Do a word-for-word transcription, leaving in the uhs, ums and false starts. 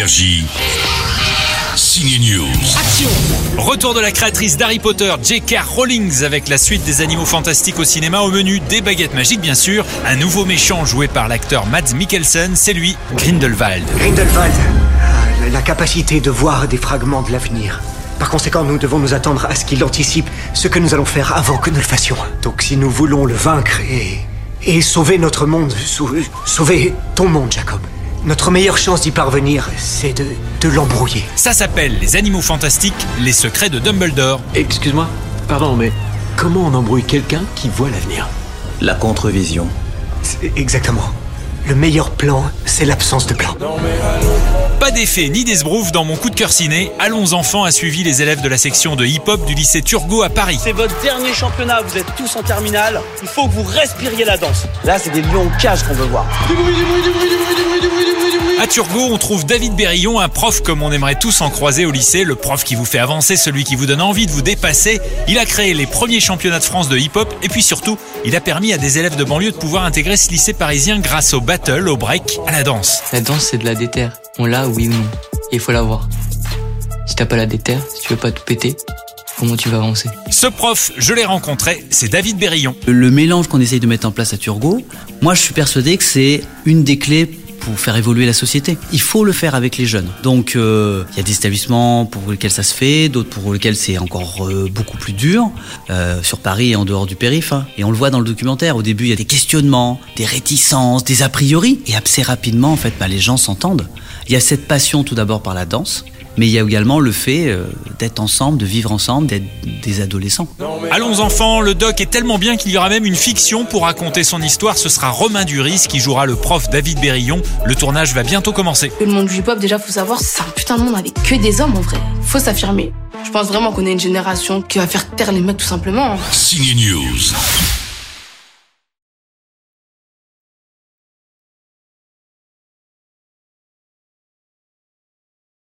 Énergie. Signe News. Action. Retour de la créatrice d'Harry Potter, J K Rowling, avec la suite des Animaux Fantastiques au cinéma. Au menu, des baguettes magiques bien sûr. Un nouveau méchant joué par l'acteur Mads Mikkelsen, c'est lui, Grindelwald. Grindelwald a la capacité de voir des fragments de l'avenir. Par conséquent, nous devons nous attendre à ce qu'il anticipe ce que nous allons faire avant que nous le fassions. Donc si nous voulons le vaincre et, et sauver notre monde, sau- sauver ton monde, Jacob, notre meilleure chance d'y parvenir, c'est de, de l'embrouiller. Ça s'appelle Les Animaux Fantastiques, les secrets de Dumbledore. Excuse-moi, pardon, mais comment on embrouille quelqu'un qui voit l'avenir ? La contre-vision. C'est exactement. Le meilleur plan, c'est l'absence de plan. Pas d'effet ni d'esbrouf dans mon coup de cœur ciné. Allons Enfants a suivi les élèves de la section de hip-hop du lycée Turgot à Paris. C'est votre dernier championnat, vous êtes tous en terminale. Il faut que vous respiriez la danse. Là, c'est des lions en cage qu'on veut voir. À Turgot, on trouve David Berillon, un prof comme on aimerait tous en croiser au lycée, le prof qui vous fait avancer, celui qui vous donne envie de vous dépasser. Il a créé les premiers championnats de France de hip-hop et puis surtout, il a permis à des élèves de banlieue de pouvoir intégrer ce lycée parisien grâce au battle, au break, à la danse. La danse, c'est de la déterre. On l'a, oui ou non. Et il faut l'avoir. Si t'as pas la déterre, si tu veux pas tout péter, comment tu vas avancer ? Ce prof, je l'ai rencontré, c'est David Berillon. Le mélange qu'on essaye de mettre en place à Turgot, moi je suis persuadé que c'est une des clés pour faire évoluer la société. Il faut le faire avec les jeunes. Donc il euh, y a des établissements pour lesquels ça se fait, d'autres pour lesquels c'est encore euh, beaucoup plus dur, euh, sur Paris et en dehors du périph'. Hein. Et on le voit dans le documentaire, au début il y a des questionnements, des réticences, des a priori, et assez rapidement en fait bah, les gens s'entendent. Il y a cette passion tout d'abord par la danse, mais il y a également le fait euh, d'être ensemble, de vivre ensemble, d'être des adolescents. Allons Enfants, le doc est tellement bien qu'il y aura même une fiction pour raconter son histoire. Ce sera Romain Duris qui jouera le prof David Berillon. Le tournage va bientôt commencer. Le monde du hip-hop, déjà, faut savoir, c'est un putain de monde avec que des hommes en vrai. Faut s'affirmer. Je pense vraiment qu'on est une génération qui va faire taire les mecs tout simplement. Signe News.